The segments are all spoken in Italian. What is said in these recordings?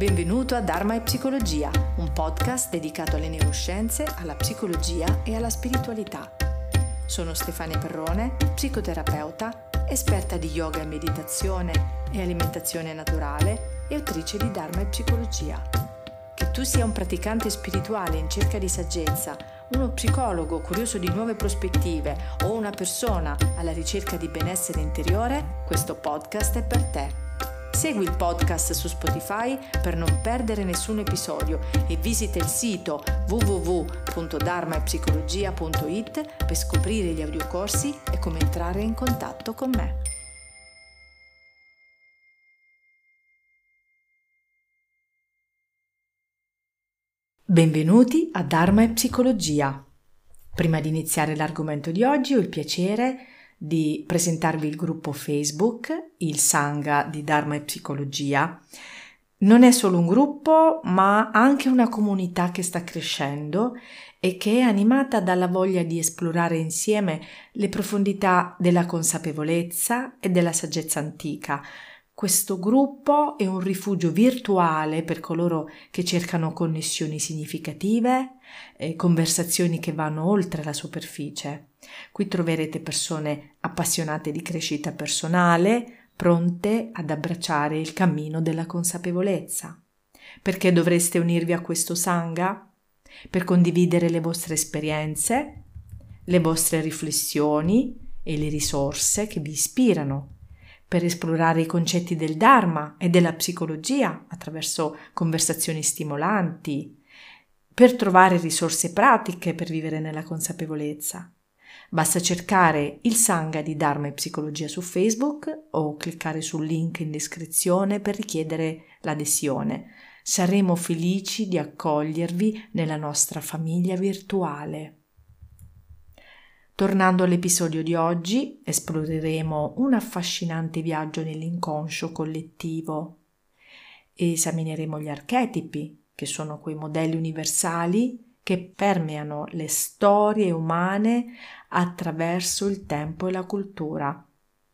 Benvenuto a Dharma e Psicologia, un podcast dedicato alle neuroscienze, alla psicologia e alla spiritualità. Sono Stefania Perrone, psicoterapeuta, esperta di yoga e meditazione e alimentazione naturale e autrice di Dharma e Psicologia. Che tu sia un praticante spirituale in cerca di saggezza, uno psicologo curioso di nuove prospettive o una persona alla ricerca di benessere interiore, questo podcast è per te. Segui il podcast su Spotify per non perdere nessun episodio e visita il sito www.dharmaepsicologia.it per scoprire gli audiocorsi e come entrare in contatto con me. Benvenuti a Dharma e Psicologia. Prima di iniziare l'argomento di oggi ho il piacere di presentarvi il gruppo Facebook, il Sangha di Dharma e Psicologia. Non è solo un gruppo, ma anche una comunità che sta crescendo e che è animata dalla voglia di esplorare insieme le profondità della consapevolezza e della saggezza antica. Questo gruppo è un rifugio virtuale per coloro che cercano connessioni significative, conversazioni che vanno oltre la superficie. Qui troverete persone appassionate di crescita personale, pronte ad abbracciare il cammino della consapevolezza. Perché dovreste unirvi a questo Sangha? Per condividere le vostre esperienze, le vostre riflessioni e le risorse che vi ispirano, per esplorare i concetti del Dharma e della psicologia attraverso conversazioni stimolanti, per trovare risorse pratiche per vivere nella consapevolezza. Basta cercare il Sangha di Dharma e Psicologia su Facebook o cliccare sul link in descrizione per richiedere l'adesione. Saremo felici di accogliervi nella nostra famiglia virtuale. Tornando all'episodio di oggi, esploreremo un affascinante viaggio nell'inconscio collettivo e esamineremo gli archetipi, che sono quei modelli universali che permeano le storie umane attraverso il tempo e la cultura.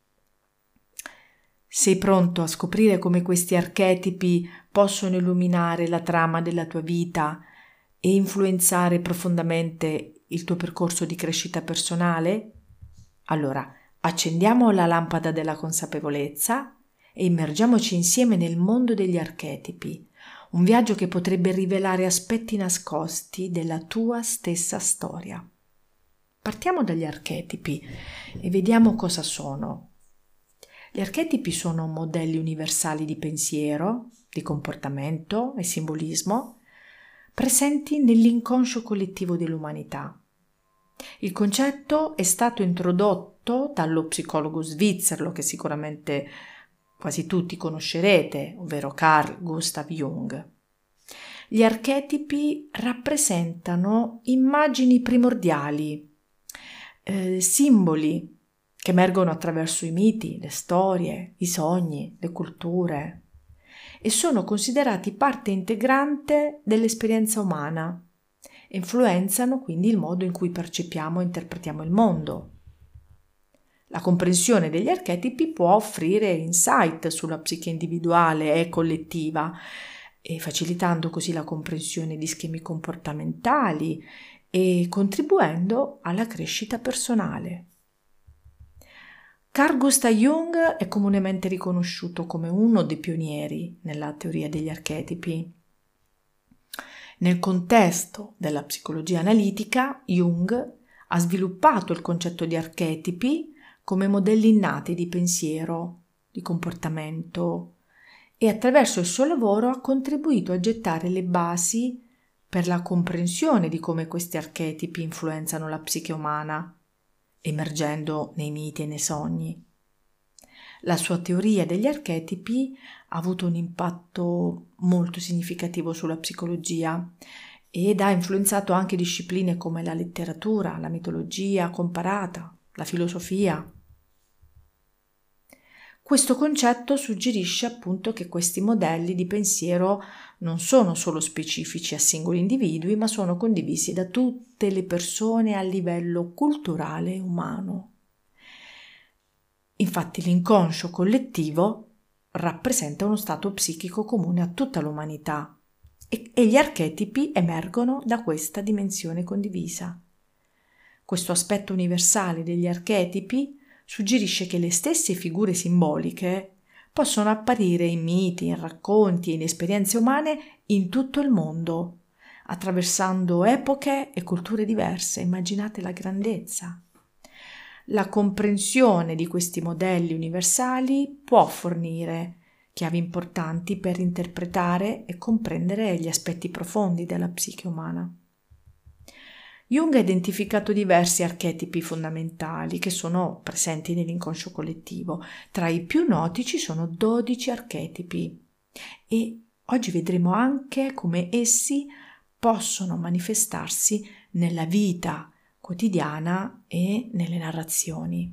Sei pronto a scoprire come questi archetipi possono illuminare la trama della tua vita e influenzare profondamente il tuo percorso di crescita personale? Allora, accendiamo la lampada della consapevolezza e immergiamoci insieme nel mondo degli archetipi, un viaggio che potrebbe rivelare aspetti nascosti della tua stessa storia. Partiamo dagli archetipi e vediamo cosa sono. Gli archetipi sono modelli universali di pensiero, di comportamento e simbolismo presenti nell'inconscio collettivo dell'umanità. Il concetto è stato introdotto dallo psicologo svizzero che sicuramente quasi tutti conoscerete, ovvero Carl Gustav Jung. Gli archetipi rappresentano immagini primordiali, simboli che emergono attraverso i miti, le storie, i sogni, le culture e sono considerati parte integrante dell'esperienza umana e influenzano quindi il modo in cui percepiamo e interpretiamo il mondo. La comprensione degli archetipi può offrire insight sulla psiche individuale e collettiva, e facilitando così la comprensione di schemi comportamentali e contribuendo alla crescita personale. Carl Gustav Jung è comunemente riconosciuto come uno dei pionieri nella teoria degli archetipi. Nel contesto della psicologia analitica, Jung ha sviluppato il concetto di archetipi come modelli innati di pensiero, di comportamento e attraverso il suo lavoro ha contribuito a gettare le basi per la comprensione di come questi archetipi influenzano la psiche umana, emergendo nei miti e nei sogni. La sua teoria degli archetipi ha avuto un impatto molto significativo sulla psicologia ed ha influenzato anche discipline come la letteratura, la mitologia comparata, la filosofia. Questo concetto suggerisce appunto che questi modelli di pensiero non sono solo specifici a singoli individui, ma sono condivisi da tutte le persone a livello culturale e umano. Infatti l'inconscio collettivo rappresenta uno stato psichico comune a tutta l'umanità e gli archetipi emergono da questa dimensione condivisa. Questo aspetto universale degli archetipi suggerisce che le stesse figure simboliche possono apparire in miti, in racconti e in esperienze umane in tutto il mondo, attraversando epoche e culture diverse. Immaginate la grandezza. La comprensione di questi modelli universali può fornire chiavi importanti per interpretare e comprendere gli aspetti profondi della psiche umana. Jung ha identificato diversi archetipi fondamentali che sono presenti nell'inconscio collettivo. Tra i più noti ci sono 12 archetipi e oggi vedremo anche come essi possono manifestarsi nella vita quotidiana e nelle narrazioni.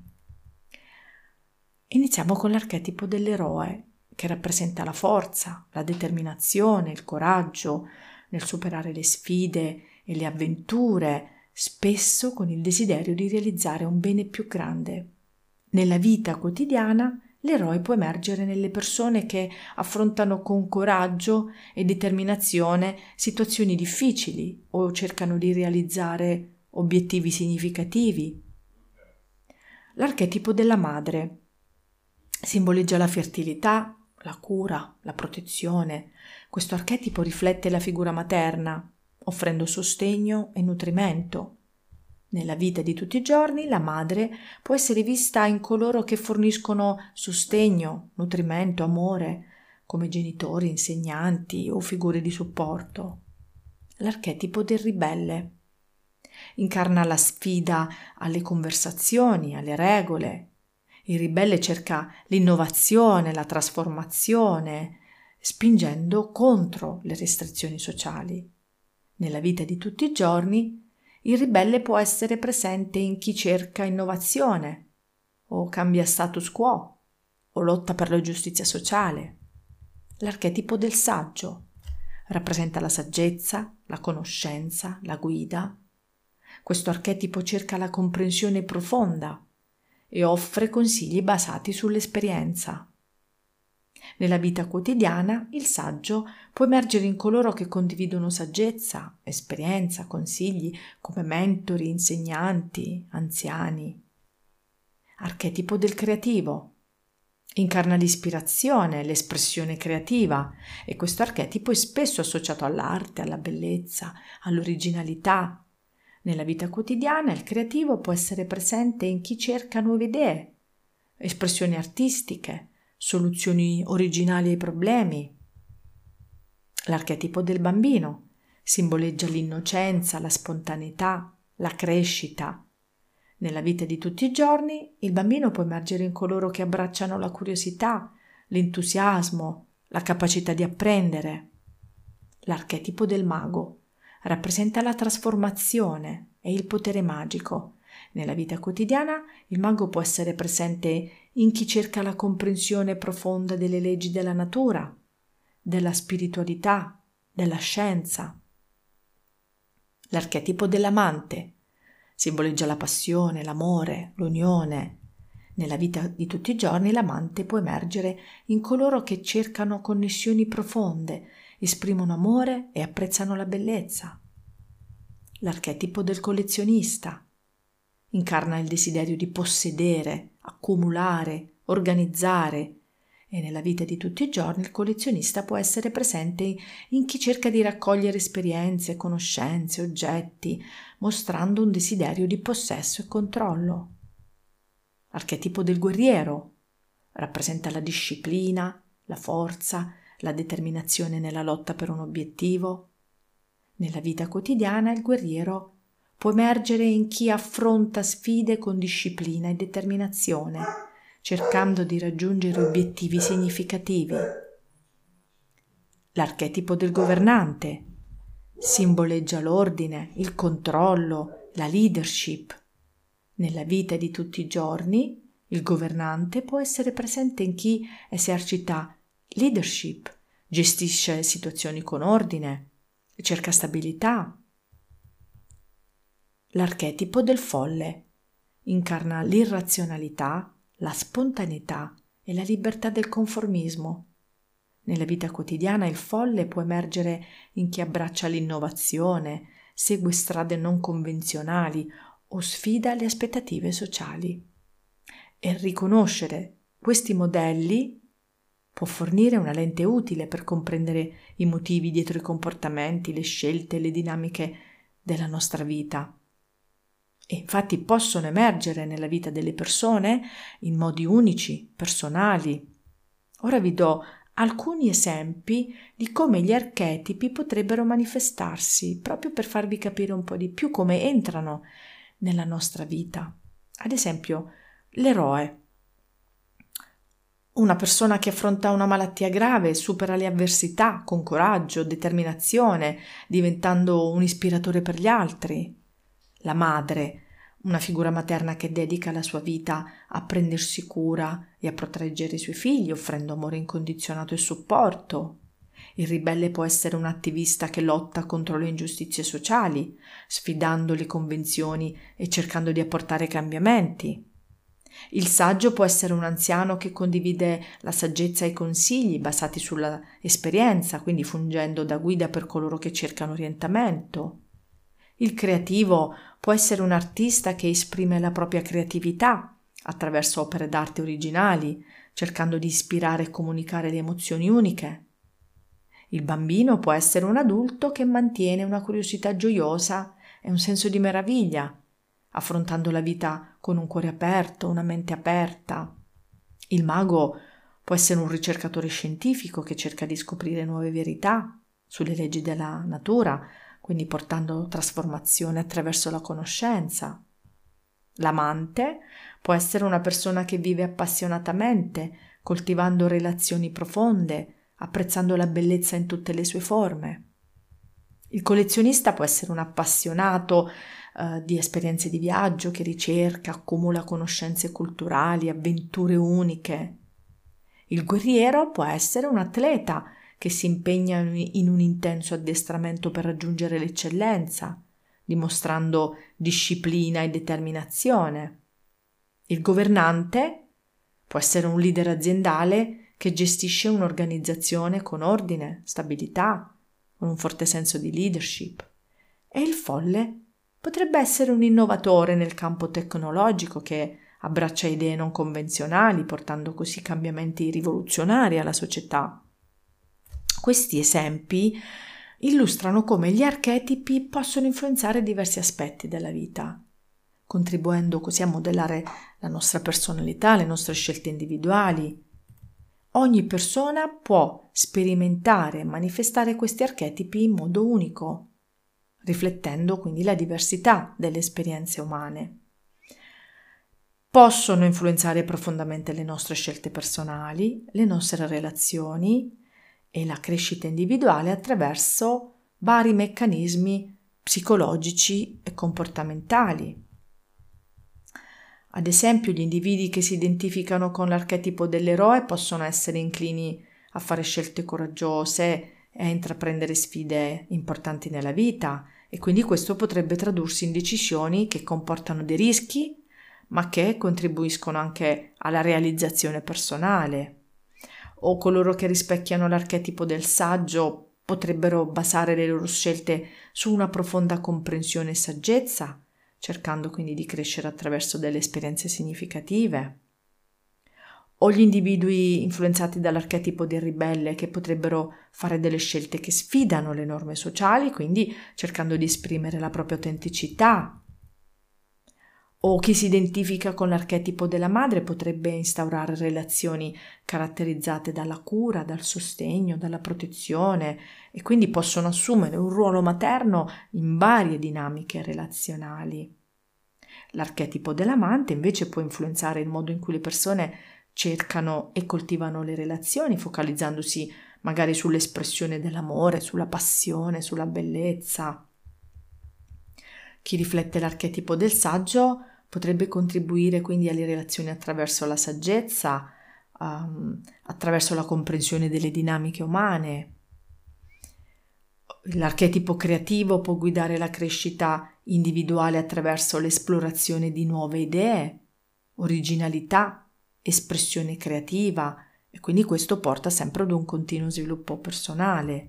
Iniziamo con l'archetipo dell'eroe, che rappresenta la forza, la determinazione, il coraggio nel superare le sfide e le avventure, spesso con il desiderio di realizzare un bene più grande. Nella vita quotidiana l'eroe può emergere nelle persone che affrontano con coraggio e determinazione situazioni difficili o cercano di realizzare obiettivi significativi. L'archetipo della madre simboleggia la fertilità, la cura, la protezione. Questo archetipo riflette la figura materna, offrendo sostegno e nutrimento. Nella vita di tutti i giorni la madre può essere vista in coloro che forniscono sostegno, nutrimento, amore, come genitori, insegnanti o figure di supporto. L'archetipo del ribelle incarna la sfida alle conversazioni, alle regole. Il ribelle cerca l'innovazione, la trasformazione, spingendo contro le restrizioni sociali. Nella vita di tutti i giorni, il ribelle può essere presente in chi cerca innovazione, o cambia status quo, o lotta per la giustizia sociale. L'archetipo del saggio rappresenta la saggezza, la conoscenza, la guida. Questo archetipo cerca la comprensione profonda e offre consigli basati sull'esperienza. Nella vita quotidiana il saggio può emergere in coloro che condividono saggezza, esperienza, consigli come mentori, insegnanti, anziani. Archetipo del creativo incarna l'ispirazione, l'espressione creativa e questo archetipo è spesso associato all'arte, alla bellezza, all'originalità. Nella vita quotidiana il creativo può essere presente in chi cerca nuove idee, espressioni artistiche, soluzioni originali ai problemi. L'archetipo del bambino simboleggia l'innocenza, la spontaneità, la crescita. Nella vita di tutti i giorni il bambino può emergere in coloro che abbracciano la curiosità, l'entusiasmo, la capacità di apprendere. L'archetipo del mago rappresenta la trasformazione e il potere magico. Nella vita quotidiana il mago può essere presente in chi cerca la comprensione profonda delle leggi della natura, della spiritualità, della scienza. L'archetipo dell'amante simboleggia la passione, l'amore, l'unione. Nella vita di tutti i giorni l'amante può emergere in coloro che cercano connessioni profonde, esprimono amore e apprezzano la bellezza. L'archetipo del collezionista incarna il desiderio di possedere, accumulare, organizzare e nella vita di tutti i giorni il collezionista può essere presente in chi cerca di raccogliere esperienze, conoscenze, oggetti, mostrando un desiderio di possesso e controllo. L'archetipo del guerriero rappresenta la disciplina, la forza, la determinazione nella lotta per un obiettivo. Nella vita quotidiana il guerriero può emergere in chi affronta sfide con disciplina e determinazione, cercando di raggiungere obiettivi significativi. L'archetipo del governante simboleggia l'ordine, il controllo, la leadership. Nella vita di tutti i giorni il governante può essere presente in chi esercita leadership, gestisce situazioni con ordine, cerca stabilità. L'archetipo del folle incarna l'irrazionalità, la spontaneità e la libertà del conformismo. Nella vita quotidiana il folle può emergere in chi abbraccia l'innovazione, segue strade non convenzionali o sfida le aspettative sociali. E riconoscere questi modelli può fornire una lente utile per comprendere i motivi dietro i comportamenti, le scelte, le dinamiche della nostra vita. E infatti possono emergere nella vita delle persone in modi unici, personali. Ora vi do alcuni esempi di come gli archetipi potrebbero manifestarsi, proprio per farvi capire un po' di più come entrano nella nostra vita. Ad esempio, l'eroe. Una persona che affronta una malattia grave, supera le avversità con coraggio, determinazione, diventando un ispiratore per gli altri. La madre, una figura materna che dedica la sua vita a prendersi cura e a proteggere i suoi figli, offrendo amore incondizionato e supporto. Il ribelle può essere un attivista che lotta contro le ingiustizie sociali, sfidando le convenzioni e cercando di apportare cambiamenti. Il saggio può essere un anziano che condivide la saggezza e i consigli basati sulla esperienza, quindi fungendo da guida per coloro che cercano orientamento. Il creativo può essere un artista che esprime la propria creatività attraverso opere d'arte originali, cercando di ispirare e comunicare le emozioni uniche. Il bambino può essere un adulto che mantiene una curiosità gioiosa e un senso di meraviglia, affrontando la vita con un cuore aperto, una mente aperta. Il mago può essere un ricercatore scientifico che cerca di scoprire nuove verità sulle leggi della natura, quindi portando trasformazione attraverso la conoscenza. L'amante può essere una persona che vive appassionatamente, coltivando relazioni profonde, apprezzando la bellezza in tutte le sue forme. Il collezionista può essere un appassionato di esperienze di viaggio che ricerca, accumula conoscenze culturali, avventure uniche. Il guerriero può essere un atleta che si impegna in un intenso addestramento per raggiungere l'eccellenza, dimostrando disciplina e determinazione. Il governante può essere un leader aziendale che gestisce un'organizzazione con ordine, stabilità, con un forte senso di leadership. E il folle potrebbe essere un innovatore nel campo tecnologico che abbraccia idee non convenzionali, portando così cambiamenti rivoluzionari alla società. Questi esempi illustrano come gli archetipi possono influenzare diversi aspetti della vita, contribuendo così a modellare la nostra personalità, le nostre scelte individuali. Ogni persona può sperimentare e manifestare questi archetipi in modo unico, riflettendo quindi la diversità delle esperienze umane. Possono influenzare profondamente le nostre scelte personali, le nostre relazioni e la crescita individuale attraverso vari meccanismi psicologici e comportamentali. Ad esempio, gli individui che si identificano con l'archetipo dell'eroe possono essere inclini a fare scelte coraggiose e a intraprendere sfide importanti nella vita, e quindi questo potrebbe tradursi in decisioni che comportano dei rischi, ma che contribuiscono anche alla realizzazione personale. O coloro che rispecchiano l'archetipo del saggio potrebbero basare le loro scelte su una profonda comprensione e saggezza, cercando quindi di crescere attraverso delle esperienze significative. O gli individui influenzati dall'archetipo del ribelle che potrebbero fare delle scelte che sfidano le norme sociali, quindi cercando di esprimere la propria autenticità. O chi si identifica con l'archetipo della madre potrebbe instaurare relazioni caratterizzate dalla cura, dal sostegno, dalla protezione, e quindi possono assumere un ruolo materno in varie dinamiche relazionali. L'archetipo dell'amante invece può influenzare il modo in cui le persone cercano e coltivano le relazioni, focalizzandosi magari sull'espressione dell'amore, sulla passione, sulla bellezza. Chi riflette l'archetipo del saggio potrebbe contribuire quindi alle relazioni attraverso la saggezza, attraverso la comprensione delle dinamiche umane. L'archetipo creativo può guidare la crescita individuale attraverso l'esplorazione di nuove idee, originalità espressione creativa, e quindi questo porta sempre ad un continuo sviluppo personale.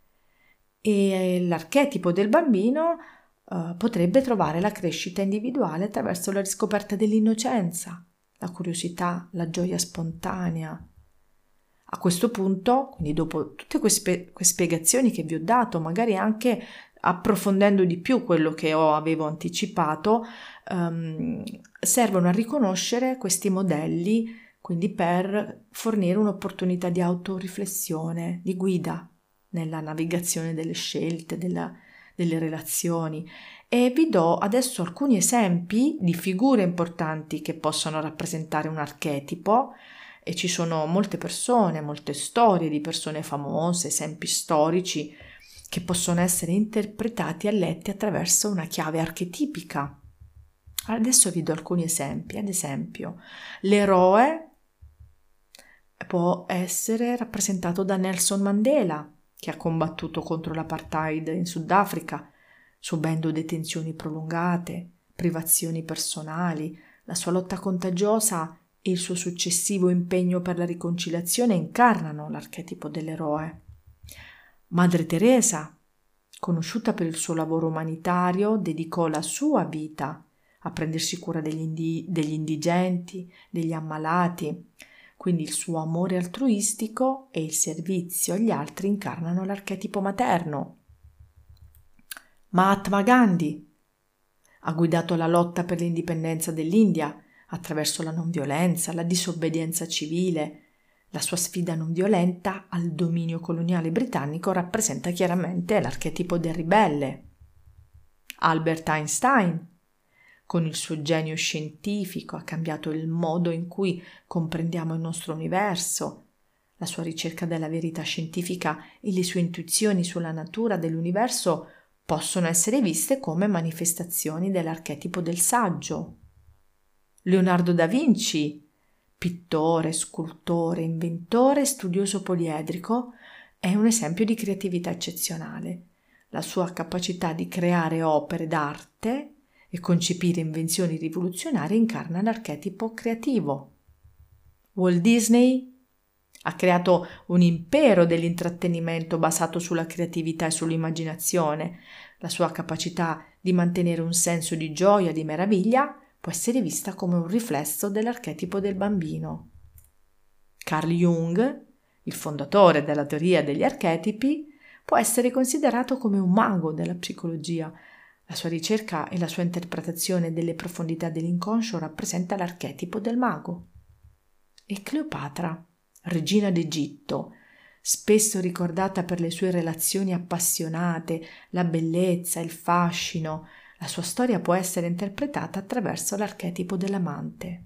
E l'archetipo del bambino potrebbe trovare la crescita individuale attraverso la riscoperta dell'innocenza, la curiosità, la gioia spontanea. A questo punto, quindi dopo tutte queste spiegazioni che vi ho dato, magari anche approfondendo di più quello che avevo anticipato, servono a riconoscere questi modelli, quindi per fornire un'opportunità di autoriflessione, di guida nella navigazione delle scelte, delle relazioni. E vi do adesso alcuni esempi di figure importanti che possono rappresentare un archetipo, e ci sono molte persone, molte storie di persone famose, esempi storici che possono essere interpretati e letti attraverso una chiave archetipica. Adesso vi do alcuni esempi. Ad esempio, l'eroe può essere rappresentato da Nelson Mandela, che ha combattuto contro l'apartheid in Sudafrica, subendo detenzioni prolungate, privazioni personali. La sua lotta contagiosa e il suo successivo impegno per la riconciliazione incarnano l'archetipo dell'eroe. Madre Teresa, conosciuta per il suo lavoro umanitario, dedicò la sua vita a prendersi cura degli indigenti, degli ammalati. Quindi il suo amore altruistico e il servizio agli altri incarnano l'archetipo materno. Mahatma Gandhi ha guidato la lotta per l'indipendenza dell'India attraverso la non violenza, la disobbedienza civile. La sua sfida non violenta al dominio coloniale britannico rappresenta chiaramente l'archetipo del ribelle. Albert Einstein, con il suo genio scientifico, ha cambiato il modo in cui comprendiamo il nostro universo. La sua ricerca della verità scientifica e le sue intuizioni sulla natura dell'universo possono essere viste come manifestazioni dell'archetipo del saggio. Leonardo da Vinci, pittore, scultore, inventore, studioso poliedrico, è un esempio di creatività eccezionale. La sua capacità di creare opere d'arte e concepire invenzioni rivoluzionarie incarna l'archetipo creativo. Walt Disney ha creato un impero dell'intrattenimento basato sulla creatività e sull'immaginazione. La sua capacità di mantenere un senso di gioia e di meraviglia può essere vista come un riflesso dell'archetipo del bambino. Carl Jung, il fondatore della teoria degli archetipi, può essere considerato come un mago della psicologia. La sua ricerca e la sua interpretazione delle profondità dell'inconscio rappresenta l'archetipo del mago. E Cleopatra, regina d'Egitto, spesso ricordata per le sue relazioni appassionate, la bellezza, il fascino, la sua storia può essere interpretata attraverso l'archetipo dell'amante.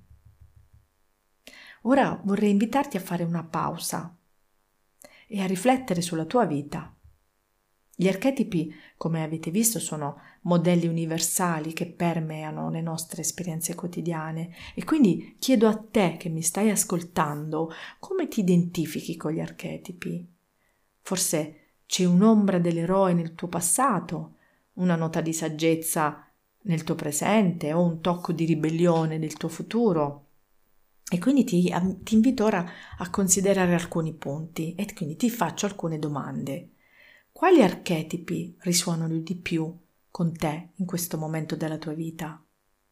Ora vorrei invitarti a fare una pausa e a riflettere sulla tua vita. Gli archetipi, come avete visto, sono modelli universali che permeano le nostre esperienze quotidiane, e quindi chiedo a te che mi stai ascoltando come ti identifichi con gli archetipi. Forse c'è un'ombra dell'eroe nel tuo passato, una nota di saggezza nel tuo presente o un tocco di ribellione nel tuo futuro. E quindi ti invito ora a considerare alcuni punti e quindi ti faccio alcune domande. Quali archetipi risuonano di più con te in questo momento della tua vita?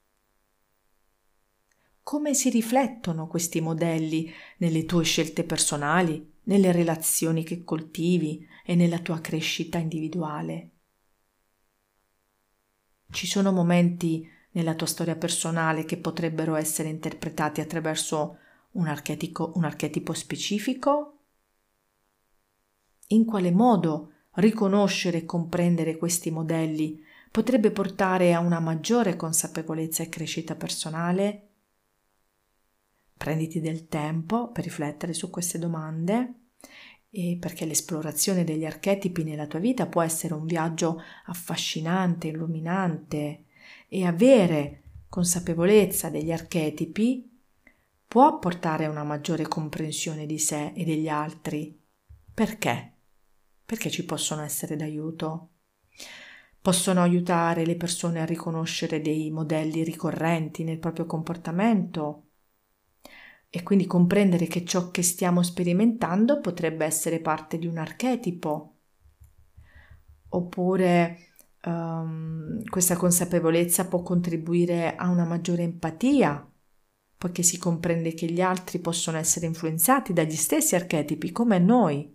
Come si riflettono questi modelli nelle tue scelte personali, nelle relazioni che coltivi e nella tua crescita individuale? Ci sono momenti nella tua storia personale che potrebbero essere interpretati attraverso un archetipo specifico? In quale modo riconoscere e comprendere questi modelli potrebbe portare a una maggiore consapevolezza e crescita personale? Prenditi del tempo per riflettere su queste domande, e perché l'esplorazione degli archetipi nella tua vita può essere un viaggio affascinante, illuminante, e avere consapevolezza degli archetipi può portare a una maggiore comprensione di sé e degli altri. Perché? Perché ci possono essere d'aiuto. Possono aiutare le persone a riconoscere dei modelli ricorrenti nel proprio comportamento. e quindi comprendere che ciò che stiamo sperimentando potrebbe essere parte di un archetipo, oppure questa consapevolezza può contribuire a una maggiore empatia, poiché si comprende che gli altri possono essere influenzati dagli stessi archetipi come noi.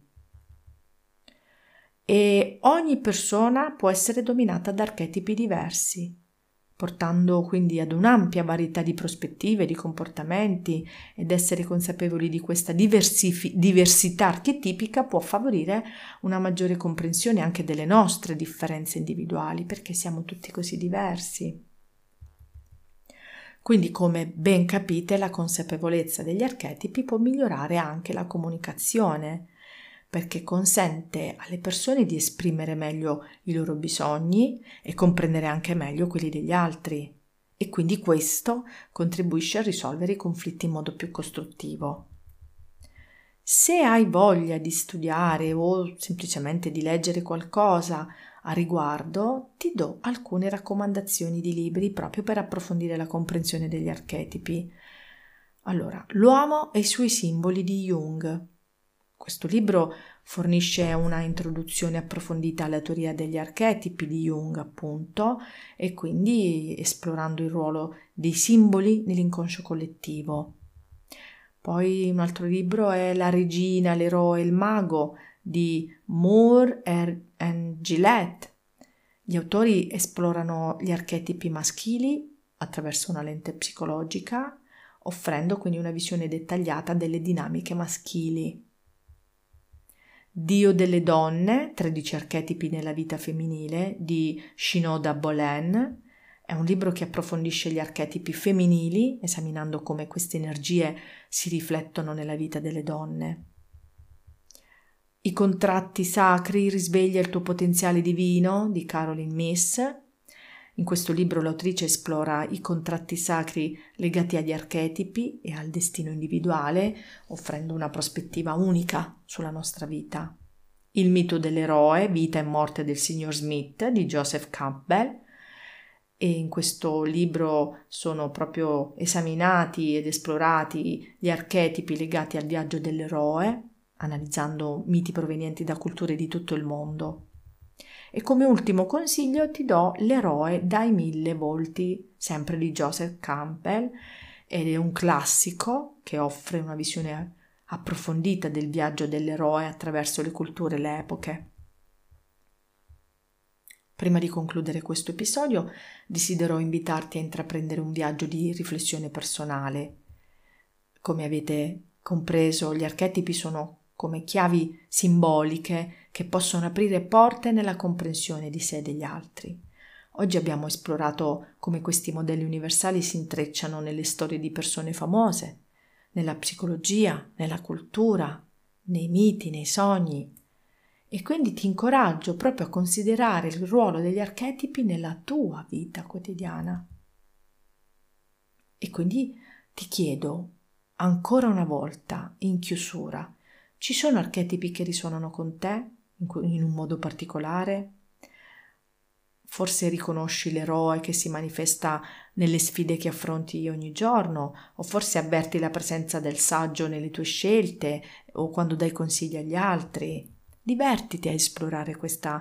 E ogni persona può essere dominata da archetipi diversi, portando quindi ad un'ampia varietà di prospettive, di comportamenti, ed essere consapevoli di questa diversità archetipica può favorire una maggiore comprensione anche delle nostre differenze individuali, perché siamo tutti così diversi. Quindi, come ben capite, la consapevolezza degli archetipi può migliorare anche la comunicazione, perché consente alle persone di esprimere meglio i loro bisogni e comprendere anche meglio quelli degli altri, e quindi questo contribuisce a risolvere i conflitti in modo più costruttivo. Se hai voglia di studiare o semplicemente di leggere qualcosa a riguardo, ti do alcune raccomandazioni di libri proprio per approfondire la comprensione degli archetipi. Allora, L'uomo e i suoi simboli di Jung. Questo libro fornisce una introduzione approfondita alla teoria degli archetipi di Jung, appunto, e quindi esplorando il ruolo dei simboli nell'inconscio collettivo. Poi un altro libro è La regina, l'eroe e il mago di Moore e Gillette. Gli autori esplorano gli archetipi maschili attraverso una lente psicologica, offrendo quindi una visione dettagliata delle dinamiche maschili. Dio delle donne, 13 archetipi nella vita femminile di Shinoda Bolen, è un libro che approfondisce gli archetipi femminili, esaminando come queste energie si riflettono nella vita delle donne. I contratti sacri, risveglia il tuo potenziale divino di Caroline Myss. In questo libro l'autrice esplora i contratti sacri legati agli archetipi e al destino individuale, offrendo una prospettiva unica sulla nostra vita. Il mito dell'eroe, vita e morte del signor Smith di Joseph Campbell, e in questo libro sono proprio esaminati ed esplorati gli archetipi legati al viaggio dell'eroe, analizzando miti provenienti da culture di tutto il mondo. E come ultimo consiglio ti do L'eroe dai 1000 volti, sempre di Joseph Campbell, ed è un classico che offre una visione approfondita del viaggio dell'eroe attraverso le culture e le epoche. Prima di concludere questo episodio, desidero invitarti a intraprendere un viaggio di riflessione personale. Come avete compreso, gli archetipi sono come chiavi simboliche che possono aprire porte nella comprensione di sé e degli altri. Oggi abbiamo esplorato come questi modelli universali si intrecciano nelle storie di persone famose, nella psicologia, nella cultura, nei miti, nei sogni. E quindi ti incoraggio proprio a considerare il ruolo degli archetipi nella tua vita quotidiana. E quindi ti chiedo ancora una volta, in chiusura, ci sono archetipi che risuonano con te in un modo particolare? Forse riconosci l'eroe che si manifesta nelle sfide che affronti ogni giorno, o forse avverti la presenza del saggio nelle tue scelte o quando dai consigli agli altri. Divertiti a esplorare questa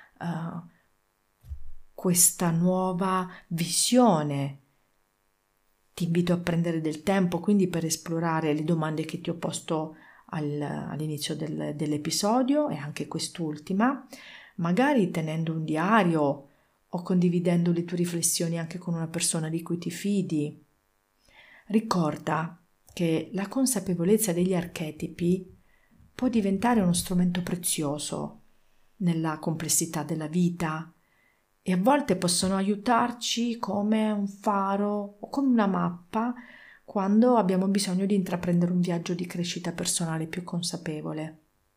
nuova visione. Ti invito a prendere del tempo quindi per esplorare le domande che ti ho posto all'inizio dell'episodio e anche quest'ultima, magari tenendo un diario o condividendo le tue riflessioni anche con una persona di cui ti fidi. Ricorda che la consapevolezza degli archetipi può diventare uno strumento prezioso nella complessità della vita e a volte possono aiutarci come un faro o come una mappa quando abbiamo bisogno di intraprendere un viaggio di crescita personale più consapevole.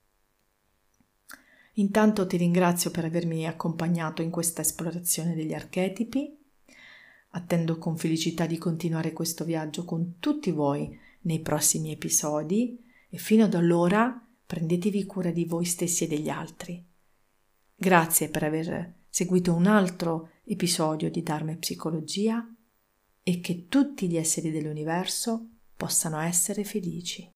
Intanto ti ringrazio per avermi accompagnato in questa esplorazione degli archetipi. Attendo con felicità di continuare questo viaggio con tutti voi nei prossimi episodi e fino ad allora prendetevi cura di voi stessi e degli altri. Grazie per aver seguito un altro episodio di Dharma e Psicologia e che tutti gli esseri dell'universo possano essere felici.